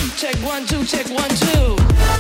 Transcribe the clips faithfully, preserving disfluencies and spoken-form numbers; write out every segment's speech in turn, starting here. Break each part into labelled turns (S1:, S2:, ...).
S1: Check one two, check one two。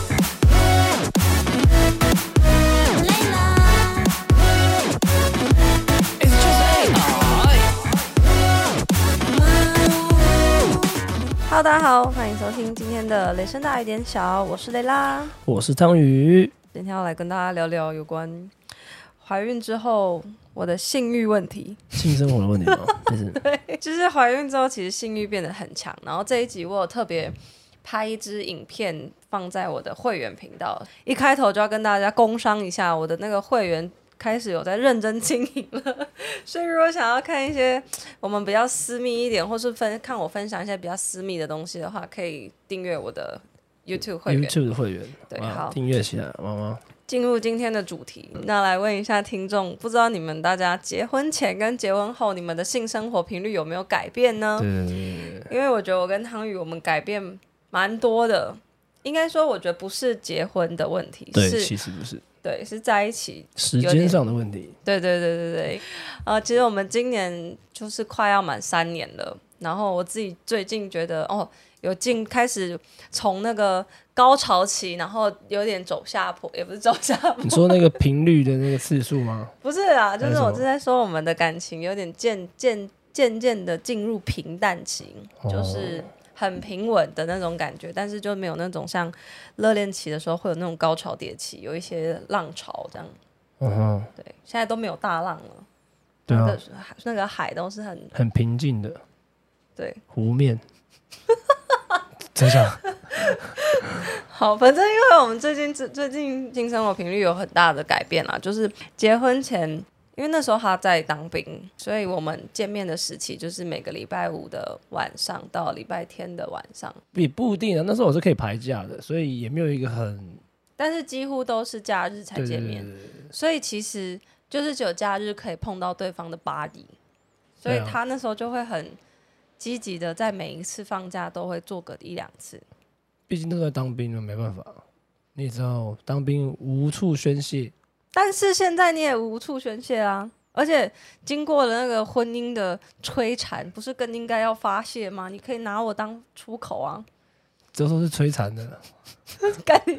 S2: Hello， 大家好，欢迎收听今天的雷声大雨点小，我是雷拉，
S3: 我是汤鱼。
S2: 今天要来跟大家聊聊有关怀孕之后我的性欲问题，
S3: 性生活的问题吗？就是
S2: 对，就是怀孕之后其实性欲变得很强，然后这一集我有特别拍一支影片放在我的会员频道，一开头就要跟大家工商一下，我的那个会员开始有在认真经营了，所以如果想要看一些我们比较私密一点，或是分看我分享一些比较私密的东西的话，可以订阅我的 YouTube 会员
S3: YouTube 的会员，
S2: 对，好，
S3: 订阅起来，妈妈。
S2: 进入今天的主题，那来问一下听众，不知道你们大家结婚前跟结婚后，你们的性生活频率有没有改变呢？
S3: 对对对对，
S2: 因为我觉得我跟汤宇我们改变蛮多的，应该说我觉得不是结婚的问题，
S3: 对，
S2: 是
S3: 其实不是，
S2: 对，是在一起
S3: 时间上的问题。
S2: 对对对对对，呃，其实我们今年就是快要满三年了，然后我自己最近觉得哦，有进开始从那个高潮期，然后有点走下坡，也不是走下坡。
S3: 你说那个频率的那个次数吗？
S2: 不是啊，就是我是在说我们的感情有点渐渐渐渐的进入平淡期，
S3: 哦、
S2: 就是很平稳的那种感觉，但是就没有那种像热恋期的时候会有那种高潮迭起，有一些浪潮这样。
S3: 嗯哼，
S2: 对，现在都没有大浪了。
S3: 对啊，
S2: 那个那个海都是很
S3: 很平静的，
S2: 对，
S3: 湖面。真的。
S2: 好，反正因为我们最近最近性生活频率有很大的改变啦，就是结婚前，因为那时候他在当兵，所以我们见面的时期就是每个礼拜五的晚上到礼拜天的晚上，
S3: 也不一定啊。那时候我是可以排假的，所以也没有一个很，
S2: 但是几乎都是假日才见面，对对对对，所以其实就是只有假日可以碰到对方的 body， 所以他那时候就会很积极的在每一次放假都会做个一两次。
S3: 毕竟都在当兵了，没办法，你也知道当兵无处宣泄。
S2: 但是现在你也无处宣泄啊，而且经过了那个婚姻的摧残，不是更应该要发泄吗？你可以拿我当出口啊。
S3: 这时候是摧残的。
S2: 干你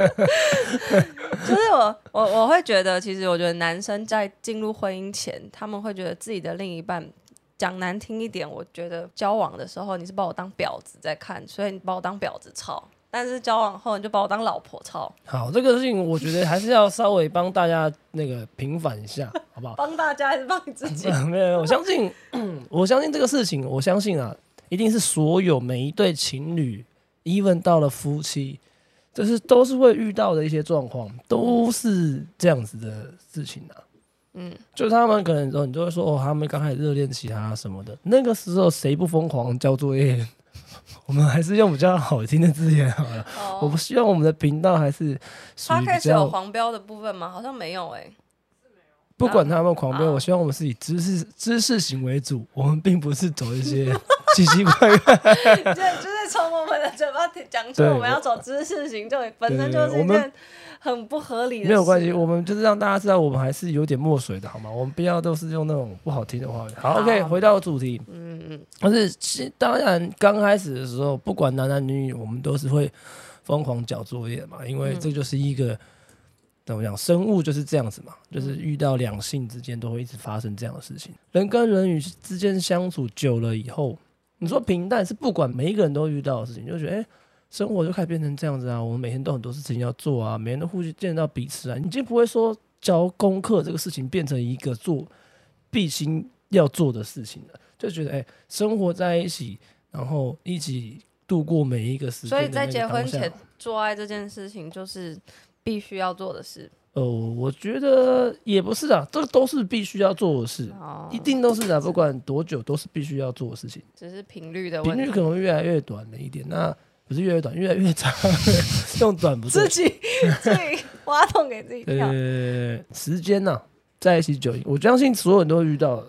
S2: 就是我我我会觉得，其实我觉得男生在进入婚姻前，他们会觉得自己的另一半。讲难听一点，我觉得交往的时候你是把我当婊子在看，所以你把我当婊子操，但是交往后你就把我当老婆操。
S3: 好，这个事情我觉得还是要稍微帮大家那个平反一下，好不好？
S2: 帮大家还是帮你自己？
S3: 没有，我相信，我相信这个事情，我相信啊，一定是所有每一对情侣 ，even 到了夫妻，这是都是会遇到的一些状况，都是这样子的事情啊。嗯，就他们可能说，你就会说哦，他们刚开始热恋期啊什么的，那个时候谁不疯狂交作业？我们还是用比较好听的字眼好了。哦、我不希望我们的频道还是属于比较。他开始
S2: 有黄标的部分吗？好像没有哎、欸。
S3: 不管他们狂飙，我希望我们是以知识知识型为主，我们并不是走一些奇奇怪怪。
S2: 对，就是从我们的嘴巴讲出我们要走知识型，就本身就是一件很不合理的事。
S3: 没有关系，我们就是让大家知道我们还是有点墨水的，好吗？我们不要都是用那种不好听的话语。好 ，OK， 回到主题。嗯嗯。但是当然，刚开始的时候，不管男男女女，我们都是会疯狂交作业嘛，因为这就是一个。怎么讲？生物就是这样子嘛，就是遇到两性之间都会一直发生这样的事情。人跟人与之间相处久了以后，你说平淡是不管每一个人都遇到的事情，就觉得哎、欸，生活就开始变成这样子啊。我们每天都很多事情要做啊，每天都互相见到彼此啊。你就不会说交功课这个事情变成一个做必须要做的事情了，就觉得哎、欸，生活在一起，然后一起度过每一个时间。
S2: 所以在结婚前做爱这件事情就是必须要做的事。
S3: 哦，我觉得也不是啊，这个都是必须要做的事，哦、一定都是的，不管多久都是必须要做的事情。
S2: 只是频率的问题，
S3: 频率可能越来越短了一点，那不是越来越短，越来越长。用短不对，
S2: 自己自己挖洞给自己跳。
S3: 呃，时间呐、啊，在一起久，我相信所有人都会遇到。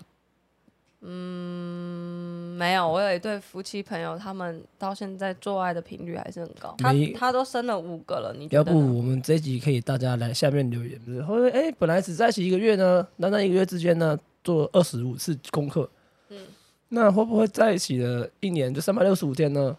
S2: 嗯，没有，我有一对夫妻朋友，他们到现在做爱的频率还是很高。他他都生了五个了，你觉得呢？
S3: 要不我们这一集可以大家来下面留言，就是会哎，本来只在一起一个月呢，那那一个月之间呢，做二十五次功课，嗯，那会不会在一起了一年就三百六十五天呢？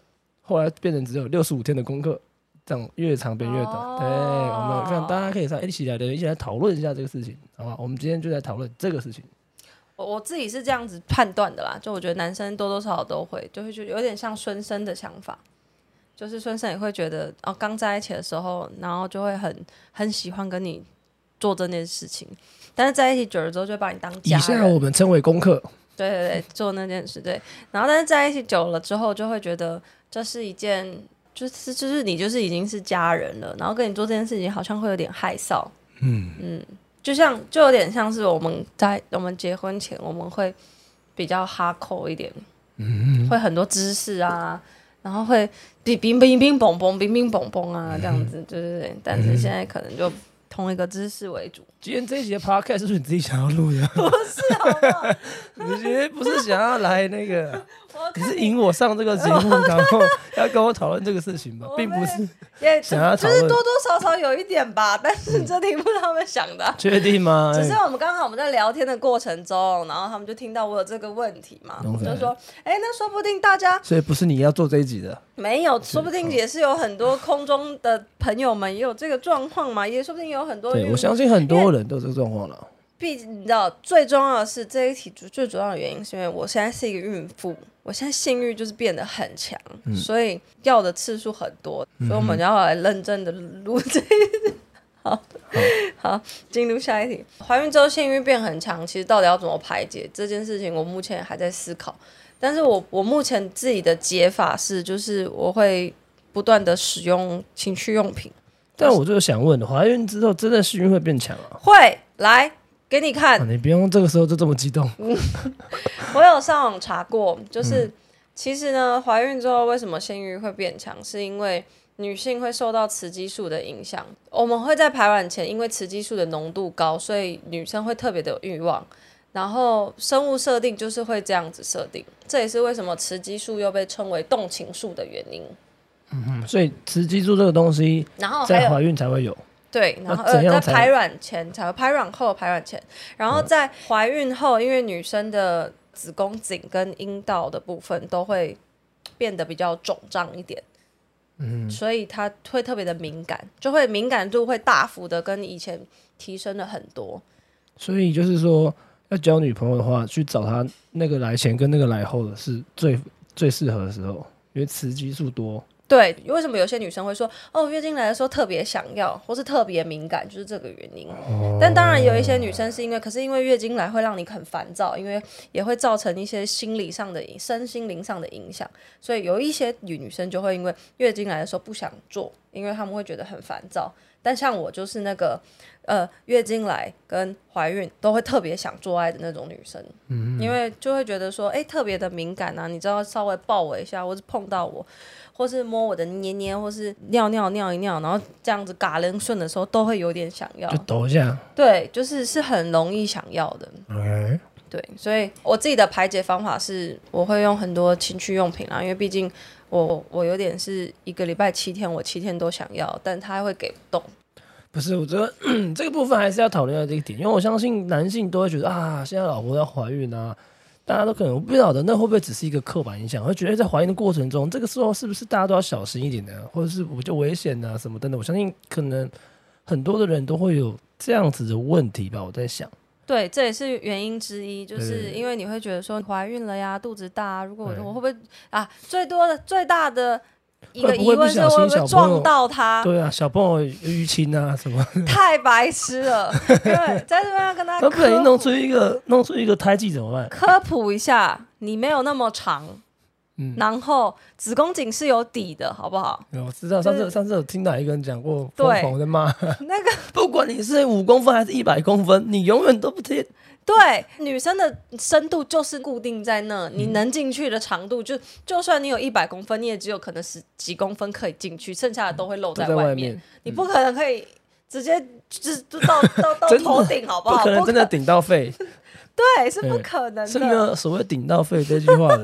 S3: 后来变成只有六十五天的功课，这样越长变越短。哦、对，我们看大家可以上一起来的，一起来讨论一下这个事情，好不好？我们今天就在讨论这个事情。
S2: 我我自己是这样子判断的啦，就我觉得男生多多少少都会，就会觉得有点像孙生的想法，就是孙生也会觉得哦，刚在一起的时候，然后就会很很喜欢跟你做这件事情，但是在一起久了之后，就会把你当家人。以
S3: 下我们称为功课。
S2: 对对对，做那件事对，然后但是在一起久了之后，就会觉得这是一件，就是就是你就是已经是家人了，然后跟你做这件事情好像会有点害臊。嗯嗯。就像就有点像是我们在我们结婚前，我们会比较哈扣一点，嗯，会很多知识啊，然后会比冰冰冰嘣嘣冰冰嘣嘣啊这样子，对对对。但是现在可能就同一个知识为主。
S3: 今天这一集的 podcast 是不是你自己想要录的？
S2: 不是，好不好？
S3: 你今天不是想要来那个？你是引我上这个节目，然后要跟我讨论这个事情吧，并不是想要讨论，
S2: 就是多多少少有一点吧，但是这题目他们想的，
S3: 确定吗？
S2: 只是我们刚好我们在聊天的过程中，然后他们就听到我有这个问题嘛， okay. 就说，哎、欸，那说不定大家，
S3: 所以不是你要做这一集的，
S2: 没有，说不定也是有很多空中的朋友们也有这个状况嘛，也说不定有很多，
S3: 对，我相信很多人都有这个状况了。
S2: 毕竟你知道，最重要的是这一题最主要的原因，是因为我现在是一个孕妇，我现在性欲就是变得很强、嗯，所以要的次数很多，嗯、所以我们要来认真的录这一题。好，好，进入下一题。怀孕之后性欲变很强，其实到底要怎么排解这件事情，我目前还在思考。但是我我目前自己的解法是，就是我会不断的使用情趣用品。
S3: 但我就想问，怀孕之后真的性欲会变强啊？
S2: 会，来。给你看、
S3: 啊，你不用这个时候就这么激动。
S2: 我有上网查过，就是、嗯、其实呢，怀孕之后为什么性欲会变强，是因为女性会受到雌激素的影响。我们会在排卵前，因为雌激素的浓度高，所以女生会特别的有欲望。然后生物设定就是会这样子设定，这也是为什么雌激素又被称为动情素的原因。
S3: 嗯哼，所以雌激素这个东西，
S2: 然后
S3: 在怀孕才会有。
S2: 对，然后呃，在排卵前才会，排卵后排卵前，然后在怀孕后，因为女生的子宫颈跟阴道的部分都会变得比较肿胀一点，嗯，所以她会特别的敏感，就会敏感度会大幅的跟以前提升了很多。
S3: 所以就是说，要交女朋友的话，去找她那个来前跟那个来后的是最最适合的时候，因为雌激素多。
S2: 对，为什么有些女生会说哦，月经来的时候特别想要，或是特别敏感，就是这个原因。哦、但当然有一些女生是因为，可是因为月经来会让你很烦躁，因为也会造成一些心理上的、身心灵上的影响，所以有一些女女生就会因为月经来的时候不想做，因为她们会觉得很烦躁。但像我就是那个呃，月经来跟怀孕都会特别想做爱的那种女生，嗯、因为就会觉得说，哎，特别的敏感啊，你知道稍微抱我一下，或是碰到我。或是摸我的捏捏，或是尿尿尿一尿，然后这样子嘎楞顺的时候，都会有点想要，
S3: 就抖一下。
S2: 对，就是是很容易想要的。
S3: Okay.
S2: 对，所以我自己的排解方法是，我会用很多情趣用品啦，因为毕竟我我有点是一个礼拜七天，我七天都想要，但他会给不动。
S3: 不是，我觉得这个部分还是要讨论到这一点，因为我相信男性都会觉得啊，现在老婆要怀孕啊。大家都可能不晓得那会不会只是一个刻板印象，会觉得在怀孕的过程中，这个时候是不是大家都要小心一点呢？或者是我就危险啊什么等等？我相信可能很多的人都会有这样子的问题吧。我在想，
S2: 对，这也是原因之一，就是因为你会觉得说怀孕了呀，肚子大、啊，如果我会不会啊？最多的最大的一个疑问是会不会撞到他？
S3: 对啊，小朋友淤青啊什么？
S2: 太白痴了！因为在这边要跟他科普，
S3: 他不小心弄出一个弄出一个胎记怎么办？
S2: 科普一下，你没有那么长，嗯，然后子宫颈是有底的，好不好？
S3: 我知道，上次、就是、上次有听哪一个人讲过，疯狂的骂
S2: 那个，
S3: 不管你是五公分还是一百公分，你永远都不贴。
S2: 对，女生的深度就是固定在那，你能进去的长度就，就算你有一百公分，你也只有可能十几公分可以进去，剩下的都会露在外面。
S3: 在外面
S2: 你不可能可以直接就就到到到头顶，好不好？
S3: 不可能真的顶到肺。
S2: 对，是不可能的。
S3: 是没有所谓顶到肺这句话的。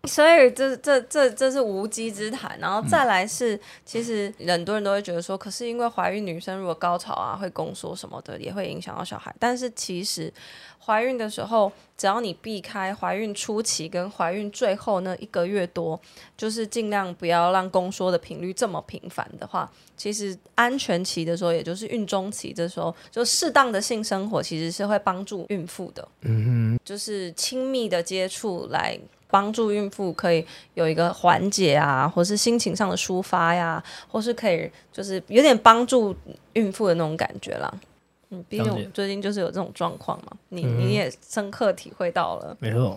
S2: 所以这这这这是无稽之谈，然后再来是，嗯、其实很多人都会觉得说，可是因为怀孕女生如果高潮啊会宫缩什么的，也会影响到小孩。但是其实怀孕的时候，只要你避开怀孕初期跟怀孕最后那一个月多，就是尽量不要让宫缩的频率这么频繁的话，其实安全期的时候，也就是孕中期的时候，就适当的性生活其实是会帮助孕妇的。嗯哼，就是亲密的接触来帮助孕妇可以有一个缓解啊，或是心情上的抒发呀，或是可以就是有点帮助孕妇的那种感觉啦。嗯，毕竟我最近就是有这种状况嘛，你、嗯、你也深刻体会到了。
S3: 没错，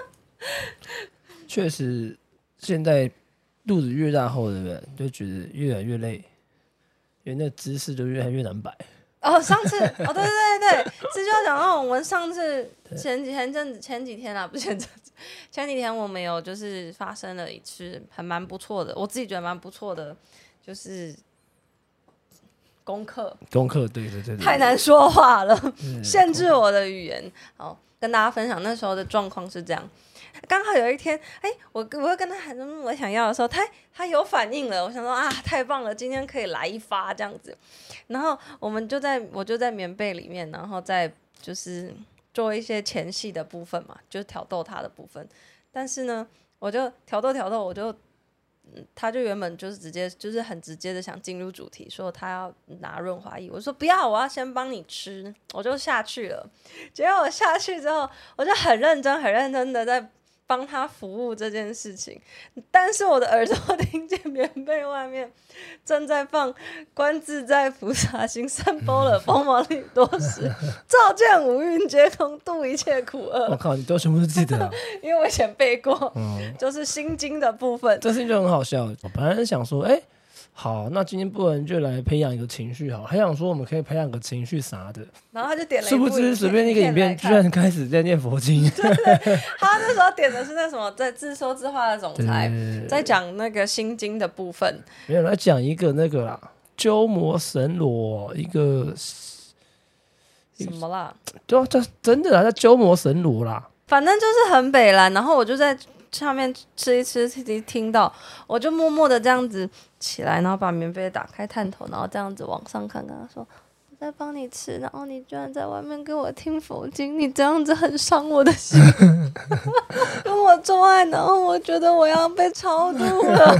S3: 确实，现在肚子越大后，对不对？就觉得越来越累，因为那个姿势就越来越难摆。
S2: 哦，上次哦，对对对对，这就要讲到我们上次前几前阵子前几天啊，不是前阵子前几天我们有就是发生了一次还蛮不错的，我自己觉得蛮不错的，就是功课。
S3: 功课，对对 对, 对，
S2: 太难说话了，限制我的语言。好，跟大家分享那时候的状况是这样。刚好有一天，哎、欸，我我又跟他喊我想要的时候，他他有反应了。我想说啊，太棒了，今天可以来一发这样子。然后我们就在我就在棉被里面，然后再就是做一些前戏的部分嘛，就是挑逗他的部分。但是呢，我就挑逗挑逗，我就、嗯、他就原本就是直接就是很直接的想进入主题，说他要拿润滑液。我说不要，我要先帮你吃，我就下去了。结果我下去之后，我就很认真很认真的在帮他服务这件事情，但是我的耳朵听见棉被外面正在放观自在菩萨行三波了，锋芒利多时，照见五蕴皆空，度一切苦厄。
S3: 我靠，你都全部都记得啊！
S2: 因为我以前背过，嗯、就是心经的部分。
S3: 这事情就很好笑。我本来想说，哎、欸。好，那今天不然就来培养一个情绪好，还想说我们可以培养个情绪啥的，
S2: 然后他就点了一部影片，
S3: 殊不知随便一个影片居然开始在念佛经。
S2: 对对，他那时候点的是那什么，在自说自话的总裁，在讲那个心经的部分，
S3: 没有来讲一个那个啦，鸠摩神罗一个
S2: 什么啦？
S3: 对啊，这真的啦，叫鸠摩神罗啦，
S2: 反正就是很北蓝，然后我就在下面吃一吃，听到我就默默的这样子起来，然后把棉被打开探头，然后这样子往上看，跟他说我在帮你吃，然后你居然在外面给我听佛经，你这样子很伤我的心。跟我做爱，然后我觉得我要被超度了。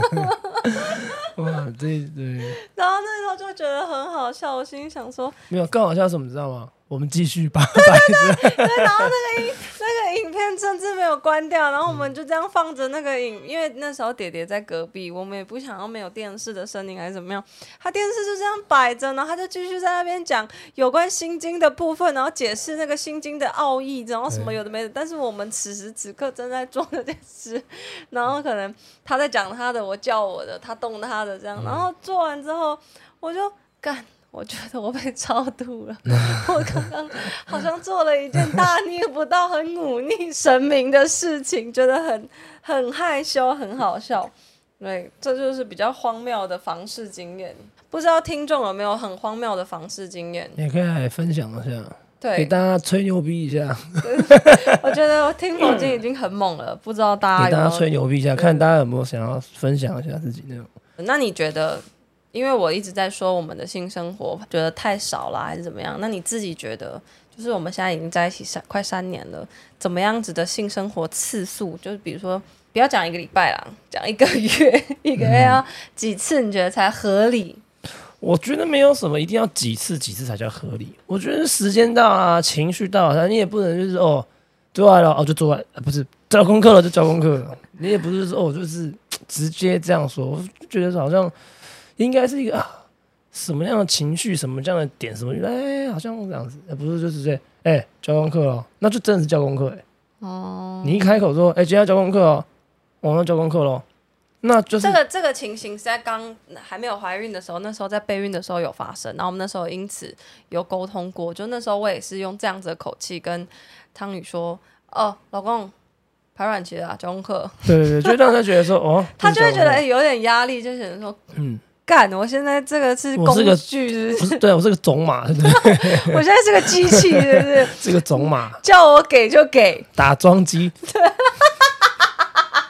S3: 哇，对对。
S2: 然后那时候就觉得很好笑，我心里想说，
S3: 没有更好笑什么，你知道吗？我们继续吧。
S2: 对对对对，然后那个影那个影片甚至没有关掉，然后我们就这样放着那个影，因为那时候爹爹在隔壁，我们也不想要没有电视的声音还是怎么样，他电视就这样摆着，然后他就继续在那边讲有关心经的部分，然后解释那个心经的奥义，然后什么有的没的。但是我们此时此刻正在做那件事，然后可能他在讲他的，我叫我的，他动他的这样，然后做完之后，我就干。我觉得我被超度了，我刚刚好像做了一件大逆不道、很忤逆神明的事情，觉得很很害羞、很好笑。对，这就是比较荒谬的房事经验。不知道听众有没有很荒谬的房事经验？
S3: 也可以来分享一下，
S2: 对，
S3: 给大家吹牛逼一下。
S2: 我觉得我听佛经已经很猛了，不知道大家有没有
S3: 给大家吹牛逼一下，看大家有没有想要分享一下自己那种。
S2: 那你觉得？因为我一直在说我们的性生活觉得太少啦，还是怎么样？那你自己觉得，就是我们现在已经在一起三快三年了，怎么样子的性生活次数？就是比如说，不要讲一个礼拜啦，讲一个月，一个月要几次？你觉得才合理？
S3: 我觉得没有什么一定要几次几次才叫合理。我觉得时间到啊，情绪到了，你也不能就是哦做完了哦就做完，啊、不是交功课了就交功课了，你也不是说哦就是直接这样说。我觉得好像。应该是一个啊，什么样的情绪，什么样的点，什么哎，好像这样子，不是就是这哎交功课哦，那就真的是交功课哎。哦。你一开口说哎今天要交功课哦，我要交功课咯，那就是
S2: 这个这个情形是在刚还没有怀孕的时候，那时候在备孕的时候有发生，然后我们那时候因此有沟通过，就那时候我也是用这样子的口气跟汤宇说，哦，老公。排卵期了，交功课。对
S3: 对对，就让他觉得说，哦，
S2: 他就会觉得、欸、有点压力，就觉得说，嗯，干，我现在这个是工具是不是，
S3: 不是，对我是个种马，对不对？
S2: 我现在是个机器，是不是？
S3: 是个种马，
S2: 叫我给就给，
S3: 打桩机。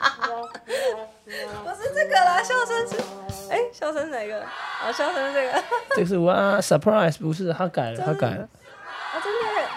S2: 个啦，笑声是，哎、欸，笑声是哪个？哦，笑声是这个。
S3: 这个是哇 ，surprise 不是，他改了，他改了。
S2: 啊，真的耶。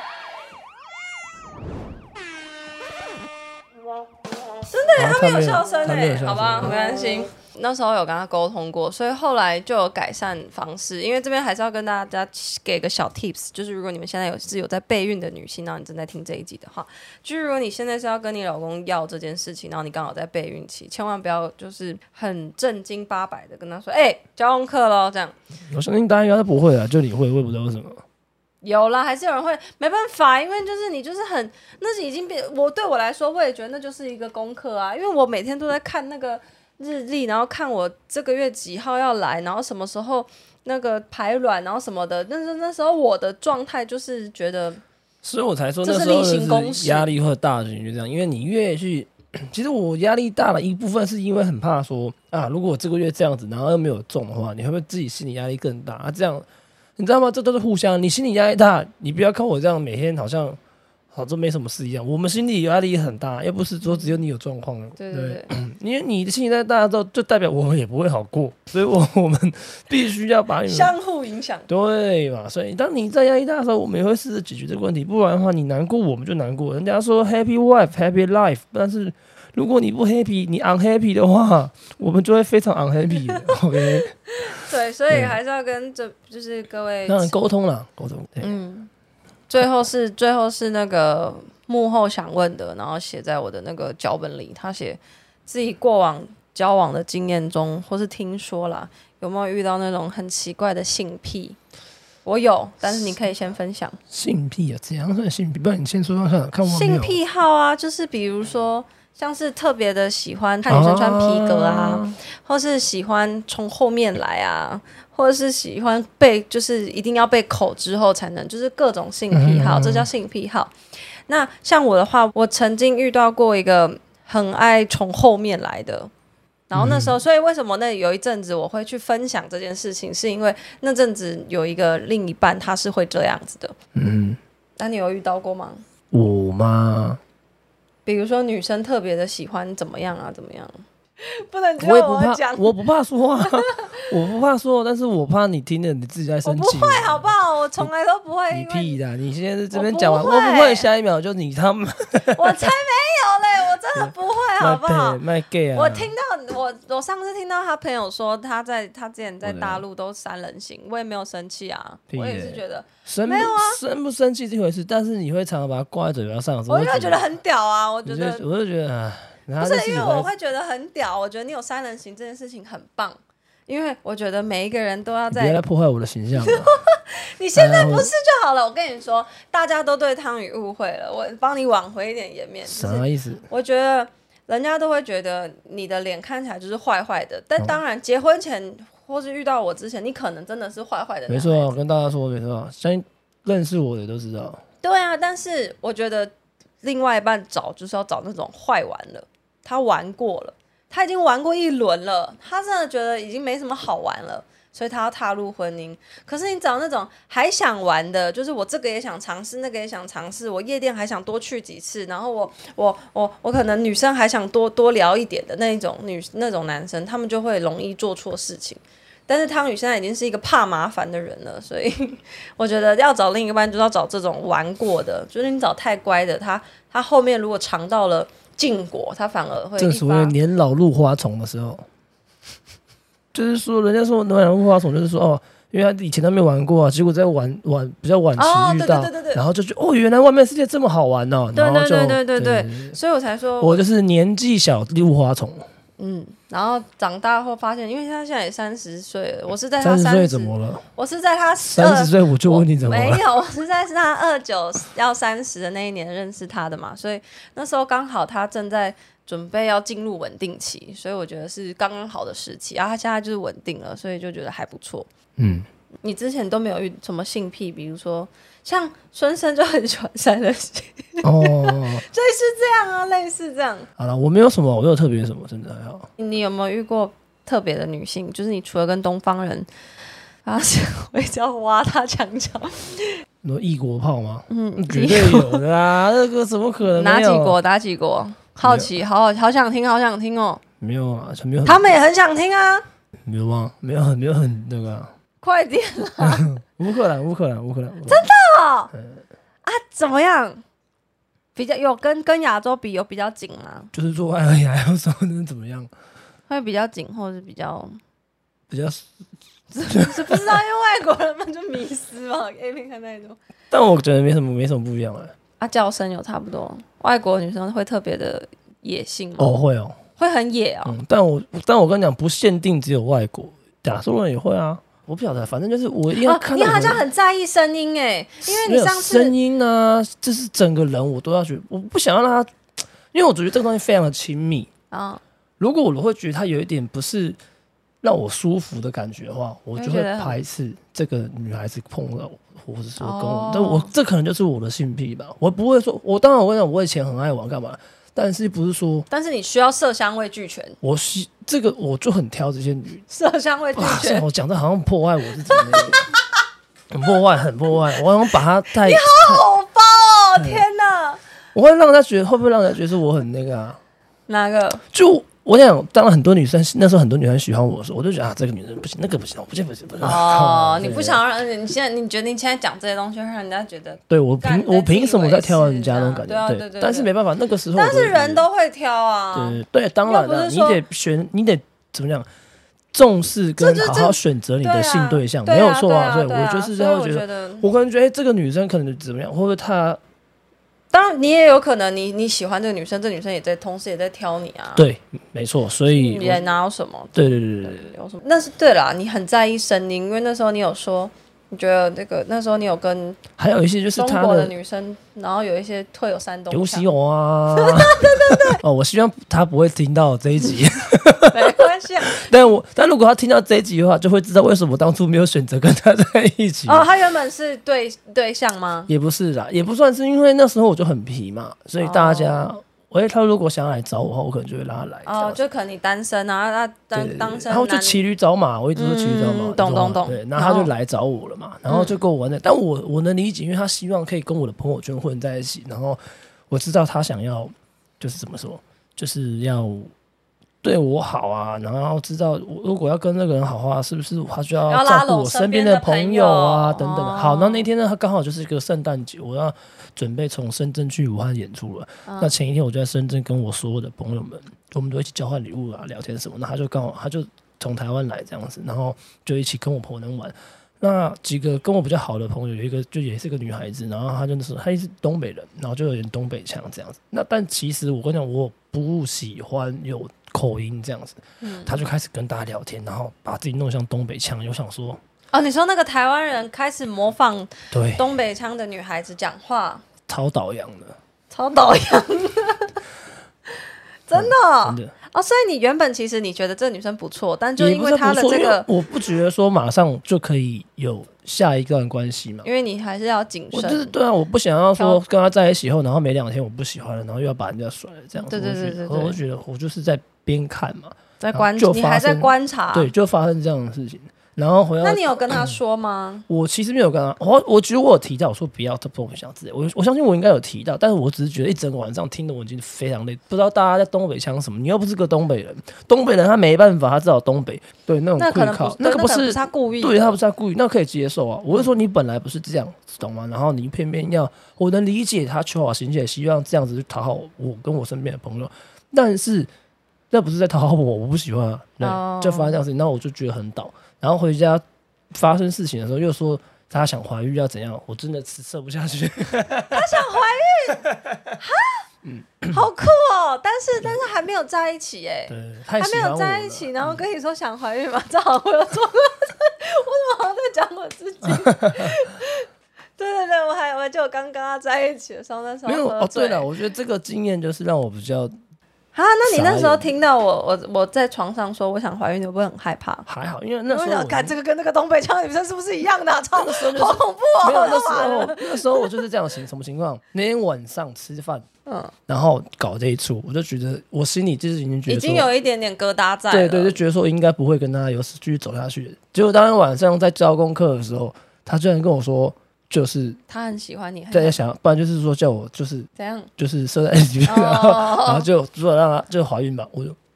S2: 真的耶，他没有笑声哎，好吧，没关系。那时候有跟他沟通过，所以后来就有改善方式。因为这边还是要跟大家给个小 tips， 就是如果你们现在有是有在备孕的女性，然后你正在听这一集的话，就是如果你现在是要跟你老公要这件事情，然后你刚好在备孕期，千万不要就是很正经八百的跟他说，哎、欸，交功课咯，这样。
S3: 我相信大家应该不会啊，就你会，我也不知道为什么。
S2: 有啦，还是有人会，没办法，因为就是你就是很，那是已经变，我对我来说，我也觉得那就是一个功课啊，因为我每天都在看那个日历，然后看我这个月几号要来，然后什么时候那个排卵，然后什么的，但是那时候我的状态就是觉得，
S3: 所以我才说那时候就是压力会大，就这样，因为你越去，其实我压力大了一部分是因为很怕说啊，如果我这个月这样子，然后又没有中的话，你会不会自己心理压力更大啊？这样。你知道吗？这都是互相。你心理压力大，你不要看我这样每天好像好像没什么事一样。我们心理压力也很大，又不是说只有你有状况。
S2: 对对对，
S3: 因为你的心理压力大之后，就代表我们也不会好过，所以我我们必须要把你们
S2: 相互影响。
S3: 对嘛？所以当你在压力大的时候，我们也会试着解决这个问题。不然的话，你难过我们就难过。人家说 happy wife happy life， 但是如果你不 happy， 你 unhappy 的话，我们就会非常 unhappy 的。OK。
S2: 对，所以还是要跟这就是各位
S3: 当然沟通啦，沟通。
S2: 嗯，最后是最后是那个幕后想问的，然后写在我的那个脚本里。他写自己过往交往的经验中，或是听说啦，有没有遇到那种很奇怪的性癖？我有，但是你可以先分享。
S3: 性癖啊，怎样算性癖？不然你先说说看，看我没有。
S2: 性癖好啊，就是比如说。像是特别的喜欢看女生穿皮革啊，啊或是喜欢从后面来啊，或者是喜欢被就是一定要被口之后才能，就是各种性癖好，嗯、这叫性癖好。那像我的话，我曾经遇到过一个很爱从后面来的，然后那时候，嗯、所以为什么那有一阵子我会去分享这件事情，是因为那阵子有一个另一半他是会这样子的。嗯，那你有遇到过吗？
S3: 我吗？
S2: 比如说女生特别的喜欢怎么样啊，怎么样？不能
S3: 我也不怕，我不怕说啊，我不怕说，但是我怕你听了你自己在生气。
S2: 我不会，好不好？我从来都不会。
S3: 你屁的！你现在这边讲完，我不会，下一秒就你他们。
S2: 我才没有嘞！我真的不会，好不好？
S3: 卖 gay 啊！
S2: 我听到我我上次听到他朋友说他在他之前在大陆都三人行，我也没有生气啊，我也是觉得没有啊，
S3: 生不生气这回事，但是你会常常把它挂在嘴巴上，
S2: 我就会觉得很屌啊！我觉得，
S3: 我就觉得啊。
S2: 不是因为我会觉得很屌，我觉得你有三人行这件事情很棒，因为我觉得每一个人都要在。
S3: 你别来破坏我的形象。
S2: 你现在不是就好了？我跟你说，大家都对汤宇误会了，我帮你挽回一点颜面。
S3: 啥意思？
S2: 我觉得人家都会觉得你的脸看起来就是坏坏的，但当然结婚前或是遇到我之前，你可能真的是坏坏的。
S3: 没错，我跟大家说没错，相信认识我的都知道。
S2: 对啊，但是我觉得另外一半找就是要找那种坏完了。他玩过了，他已经玩过一轮了，他真的觉得已经没什么好玩了，所以他要踏入婚姻。可是你找那种还想玩的，就是我这个也想尝试，那个也想尝试，我夜店还想多去几次，然后我我我我可能女生还想多多聊一点的那一种女那种男生，他们就会容易做错事情。但是汤宇现在已经是一个怕麻烦的人了，所以我觉得要找另一半，就是要找这种玩过的，就是你找太乖的，他他后面如果尝到了禁果，他反而会。
S3: 正所谓年老入花丛的时候，就是说，人家说年老入花丛，就是说哦，因为他以前都没玩过啊，结果在晚晚比较晚期遇到，
S2: 哦、对对对对，
S3: 然后就觉得哦，原来外面世界这么好玩哦，
S2: 对对对对
S3: 对
S2: 对对，所以我才说，
S3: 我就是年纪小入花丛。
S2: 嗯，然后长大后发现，因为他现在也三十岁了，我是在他
S3: 三十岁怎么了？
S2: 我是在他
S3: 三十岁，我就问你怎么了？
S2: 没有，我是在他二九要三十的那一年认识他的嘛，所以那时候刚好他正在准备要进入稳定期，所以我觉得是刚刚好的时期，然后他现在就是稳定了，所以就觉得还不错。嗯，你之前都没有遇什么性癖，比如说像孙生就很喜欢三人行哦，类似这样啊，类似这样。
S3: 好了，我没有什么，我没有特别什么，真的还好。
S2: 你有没有遇过特别的女性？就是你除了跟东方人，然后会叫挖他墙角，
S3: 你说异国炮吗？嗯，绝对有的啊，那个怎么可能没有？
S2: 哪几国？哪几国？好奇，好好好想听，好想听哦。
S3: 没有啊，没有很，
S2: 他们也很想听啊，
S3: 没有啊，没有很没有很那个、啊，
S2: 快点啦！
S3: 乌克兰乌克兰乌克兰，真
S2: 的、哦嗯、啊？怎么样？比较有跟跟亚洲比有比较紧吗？
S3: 就是做爱而已，还要说能怎么样？
S2: 会比较紧，或者是比较
S3: 比较。
S2: 是不知道，因为外国人们就迷失嘛 ，A 片看太多。
S3: 但我觉得没什么，没什么不一样哎。
S2: 啊，叫声有差不多。外国女生会特别的野性吗？
S3: 哦，会哦，
S2: 会很野哦。
S3: 嗯，但我但我跟你讲，不限定只有外国，亚洲人也会啊。我不晓得，反正就是我一样看到、
S2: 哦。你好像很在意声音哎，因为你上次
S3: 声音啊，就是整个人我都要觉得，我不想要让他，因为我觉得这个东西非常的亲密啊、哦。如果我会觉得他有一点不是让我舒服的感觉的话，我就会排斥这个女孩子碰到我，或者说跟我，但、哦、我这可能就是我的性癖吧。我不会说，我当然我跟你讲，我以前很爱玩干嘛，但是不是说，
S2: 但是你需要色香味俱全。我
S3: 是这个我就很挑这些女
S2: 色香味俱全。
S3: 我讲的好像破坏我自己，很破坏，很破坏。我想把它带。
S2: 你好火爆哦！天哪！
S3: 我会让他觉得，会不会让人觉得我很那个啊？
S2: 哪个？
S3: 就。我想，当然很多女生那时候很多女生喜欢我的时候，我就觉得啊，这个女生不行，那个不行，我不行，不行，不行。
S2: 哦，你不想让你现在，你觉得你现在讲这些东西，会让人家觉得，
S3: 对我凭我凭什么在挑人家那种感觉？
S2: 对啊，对对对。
S3: 但是没办法，那个时候，
S2: 但是人都会挑啊。
S3: 对对，当然了，你得选，你得怎么样重视跟好好选择你的性对象，没有错啊。所以我就是这样觉得，我可能觉得这个女生可能怎么样，或者她。
S2: 当然，你也有可能你，你你喜欢这个女生，这女生也在，同时也在挑你啊。
S3: 对，没错，所以
S2: 也哪有什么？
S3: 对对对对对，
S2: 有什么？那是对啦，你很在意声音，因为那时候你有说，你觉得那个那时候你有跟
S3: 还有一些就是
S2: 中国的女生，然后有一些会有山东
S3: 有喜我啊，对对对。哦，我希望他不会听到这一集，
S2: 没关系。
S3: 但我但如果他听到这一集的话，就会知道为什么当初没有选择跟他在一起。
S2: 哦，他原本是对对象吗？
S3: 也不是啦，也不算是，因为那时候我就很皮嘛，所以大家，哦喂，他如果想要来找我的话，我可能就会让他来。
S2: 哦，就可能你单身啊，那当当身，
S3: 然后就骑驴找马，我一直都骑驴找马，
S2: 嗯、懂懂懂。
S3: 对，然后他就来找我了嘛，然后就跟我玩的，嗯、但我我能理解，因为他希望可以跟我的朋友圈混在一起，然后我知道他想要就是怎么说，就是要对我好啊，然后知道我如果要跟那个人好话，是不是他就要照顾我身边的朋友啊等等的。哦、好，那那天呢，他刚好就是一个圣诞节，我要准备从深圳去武汉演出了。嗯、那前一天我就在深圳跟我所有的朋友们，我们都一起交换礼物啊、聊天什么。那他就刚好他就从台湾来这样子，然后就一起跟我朋友们玩。那几个跟我比较好的朋友，有一个就也是个女孩子，然后她就是她是东北人，然后就有点东北腔这样子。那但其实我跟你讲，我不喜欢有口音这样子。嗯，她就开始跟大家聊天，然后把自己弄像东北腔，又想说
S2: 哦，你说那个台湾人开始模仿
S3: 对
S2: 东北腔的女孩子讲话，
S3: 超倒洋的，
S2: 超倒洋的，真的、哦
S3: 嗯、真的。
S2: 哦，所以你原本其实你觉得这女生不错，但就因为她的这个，
S3: 我不觉得说马上就可以有下一段关系嘛，
S2: 因为你还是要谨慎。
S3: 我就是对啊，我不想要说跟她在一起后，然后没两天我不喜欢了，然后又要把人家甩了这样子。
S2: 对对对对对，
S3: 我就觉得我就是在边看嘛，
S2: 在观察，你还在观察，
S3: 对，就发生这样的事情。然后回到，
S2: 那你有跟他说吗？
S3: 嗯、我其实没有跟他，我我觉得我有提到，我说不要这不想之类，我我相信我应该有提到，但是我只是觉得一整个晚上听得我已经非常累，不知道大家在东北腔什么。你又不是个东北人，东北人他没办法，他至少东北对那种
S2: 那可能不
S3: 那个不是
S2: 他故意，
S3: 对他不是他故意，那可以接受啊。我是说你本来不是这样，懂吗？然后你偏偏要，我能理解他求好心切，希望这样子去讨好我跟我身边的朋友，但是那不是在讨好我，我不喜欢啊，对，哦、就发生这样事情，那我就觉得很倒，然后回家。发生事情的时候，又说她想怀孕要怎样，我真的吃吃不下去。
S2: 她想怀孕，哈，嗯，好酷哦！但是但是还没有在一起哎，
S3: 对，
S2: 还没有在一起，然后跟你说想怀孕嘛，这好像我有做过，我怎么好像在讲我自己？对对对，我还我就刚跟他在一起的时候，那时候
S3: 没有哦。对了，我觉得这个经验就是让我比较。
S2: 啊，那你那时候听到我我我在床上说我想怀孕，你会不会很害怕？
S3: 还好，因为那时候我
S2: 想看这个跟那个东北腔女生是不是一样的、啊？超、就是、好恐怖哦！
S3: 没有，那时候那时候我就是这样情什么情况？那天晚上吃饭，嗯，然后搞这一出，我就觉得我心里就是已经觉得
S2: 已经有一点点疙瘩在了，
S3: 对对，就觉得说应该不会跟他有继续走下去。结果当天晚上在交功课的时候，他居然跟我说。就是
S2: 他很喜欢你，
S3: 在想，不然就是说叫我就是
S2: 怎样，
S3: 就是射在一起，然后然后就说让他就怀孕吧，我就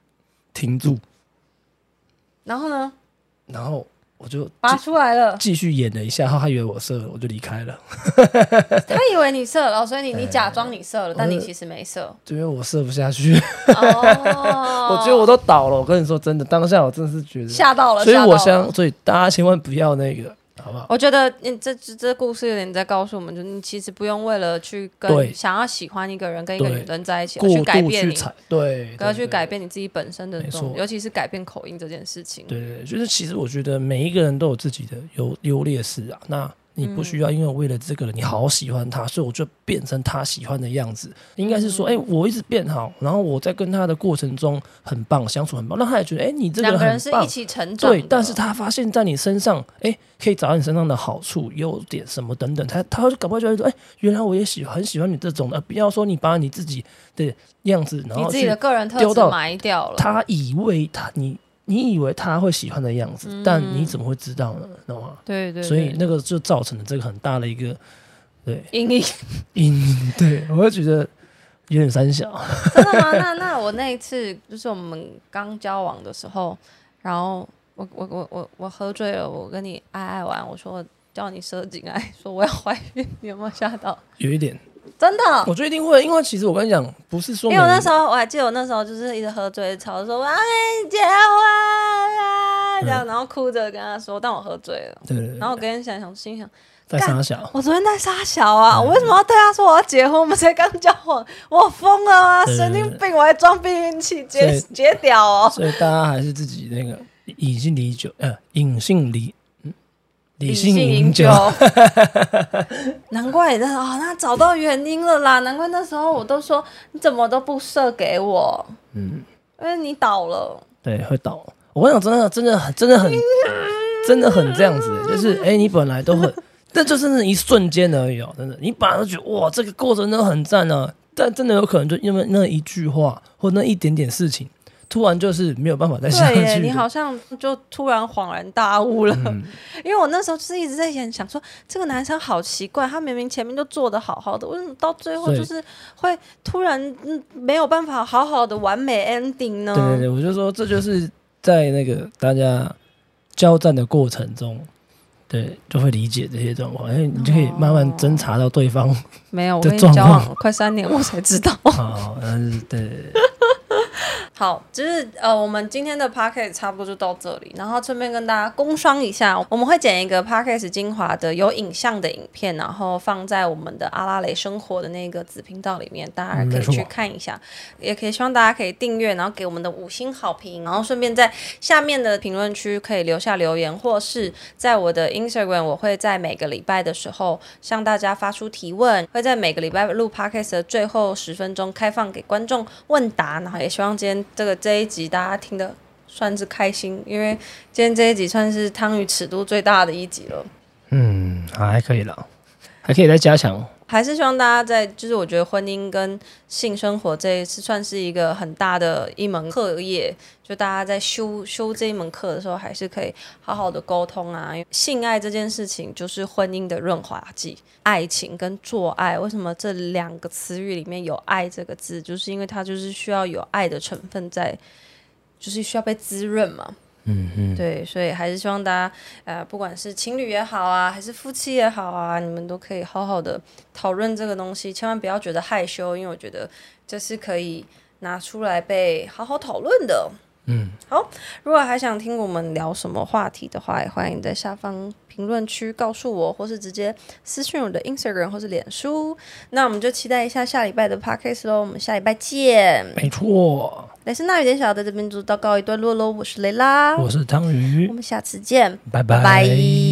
S3: 停住，
S2: 然后呢？
S3: 然后我就
S2: 拔出来了，
S3: 继续演了一下，然后他以为我射了，我就离开了。
S2: 他以为你射了，所以你你假装你射了，但你其实没射，
S3: 就因为我射不下去。
S2: 哦，
S3: 我觉得我都倒了。我跟你说真的，当下我真的是觉得
S2: 吓到了，
S3: 所以我
S2: 吓到了
S3: 想，所以大家千万不要那个。好不好？
S2: 我觉得你这这这故事有点在告诉我们，就你其实不用为了去跟想要喜欢一个人跟一个女人在一起去改变你，
S3: 对，
S2: 不要去改变你自己本身的这种，
S3: 没错，
S2: 尤其是改变口音这件事情。
S3: 对对对，就是其实我觉得每一个人都有自己的优优劣势啊。那你不需要因为为了这个人你好喜欢他，所以我就变成他喜欢的样子。应该是说，哎、欸，我一直变好，然后我在跟他的过程中很棒，相处很棒，那他也觉得，哎、欸，你这个人很棒，
S2: 两个人是一起成长的。
S3: 对，但是他发现在你身上，哎、欸，可以找到你身上的好处、优点什么等等，他他就搞不好觉得说，哎、欸，原来我也喜欢很喜欢你这种的，不要说你把你自己的样子，然后
S2: 你自己的个人特质埋掉了，
S3: 他以为他你。你以为他会喜欢的样子，嗯、但你怎么会知道呢？懂吗？
S2: 对 对, 对，
S3: 所以那个就造成了这个很大的一个对
S2: 阴影。
S3: 阴影，对，我会觉得有点三小。
S2: 真的吗？那那我那一次就是我们刚交往的时候，然后我我我我我喝醉了，我跟你爱爱完，我说叫你射精爱，说我要怀孕，你有没有吓到？
S3: 有一点。
S2: 真的，
S3: 我觉得一定会，因为其实我跟你讲，不是说，
S2: 因为我那时候我还记得，我那时候就是一直喝醉，吵说我要跟你结婚啊，这样，然后哭着跟他说，但我喝醉了，
S3: 对对对，
S2: 然后我跟你想想，心想
S3: 在傻小，
S2: 我昨天在傻小啊，我为什么要对他说我要结婚？我们才刚交往，我疯了吗？神经病，我还装避孕器，解解屌哦。
S3: 所以大家还是自己那个隐性离酒，呃，隐性离。理性饮酒，
S2: 难怪你啊，那找到原因了啦！难怪那时候我都说你怎么都不射给我，嗯，因为你倒了，
S3: 对，会倒。我跟你讲，真的，真的很，真的很，真的很这样子，就是哎、欸，你本来都很，这就是那一瞬间而已哦，真的，你本来都觉得哇，这个过程都很赞啊，但真的有可能就因为那一句话或那一点点事情。突然就是没有办法再下去。
S2: 对耶，你好像就突然恍然大悟了。嗯、因为我那时候就是一直在想说，这个男生好奇怪，他明明前面就做得好好的，为什么到最后就是会突然没有办法好好的完美 ending 呢？
S3: 对对对，我就说这就是在那个大家交战的过程中，对，就会理解这些状况，因为你就可以慢慢侦查到对方、哦、
S2: 没有，我跟你交往快三年，我才知道。
S3: 好，但是对。
S2: 好，就是呃，我们今天的 podcast 差不多就到这里，然后顺便跟大家工商一下，我们会剪一个 podcast 精华的有影像的影片，然后放在我们的阿拉蕾生活的那个子频道里面，大家可以去看一下，嗯、也可以希望大家可以订阅，然后给我们的五星好评，然后顺便在下面的评论区可以留下留言，或是在我的 Instagram， 我会在每个礼拜的时候向大家发出提问，会在每个礼拜录 podcast 的最后十分钟开放给观众问答，然后也希望今天这个这一集大家听得算是开心，因为今天这一集算是汤鱼尺度最大的一集了。
S3: 嗯，还可以了，还可以再加强。
S2: 还是希望大家在，就是我觉得婚姻跟性生活这一次算是一个很大的一门课业，就大家在修修这一门课的时候，还是可以好好的沟通啊。性爱这件事情就是婚姻的润滑剂，爱情跟做爱，为什么这两个词语里面有爱这个字，就是因为它就是需要有爱的成分在，就是需要被滋润嘛。
S3: 嗯嗯，
S2: 对，所以还是希望大家，呃，不管是情侣也好啊，还是夫妻也好啊，你们都可以好好的讨论这个东西，千万不要觉得害羞，因为我觉得这是可以拿出来被好好讨论的。
S3: 嗯，
S2: 好，如果还想听我们聊什么话题的话，也欢迎在下方评论区告诉我，或是直接私讯我的 Instagram 或是脸书。那我们就期待一下下礼拜的 Podcast 咯，我们下礼拜见。
S3: 没错，
S2: 雷声大雨点小，在这边就到告一段落咯。我是雷拉，
S3: 我是汤鱼，
S2: 我们下次见，
S3: 拜拜。
S2: 拜拜。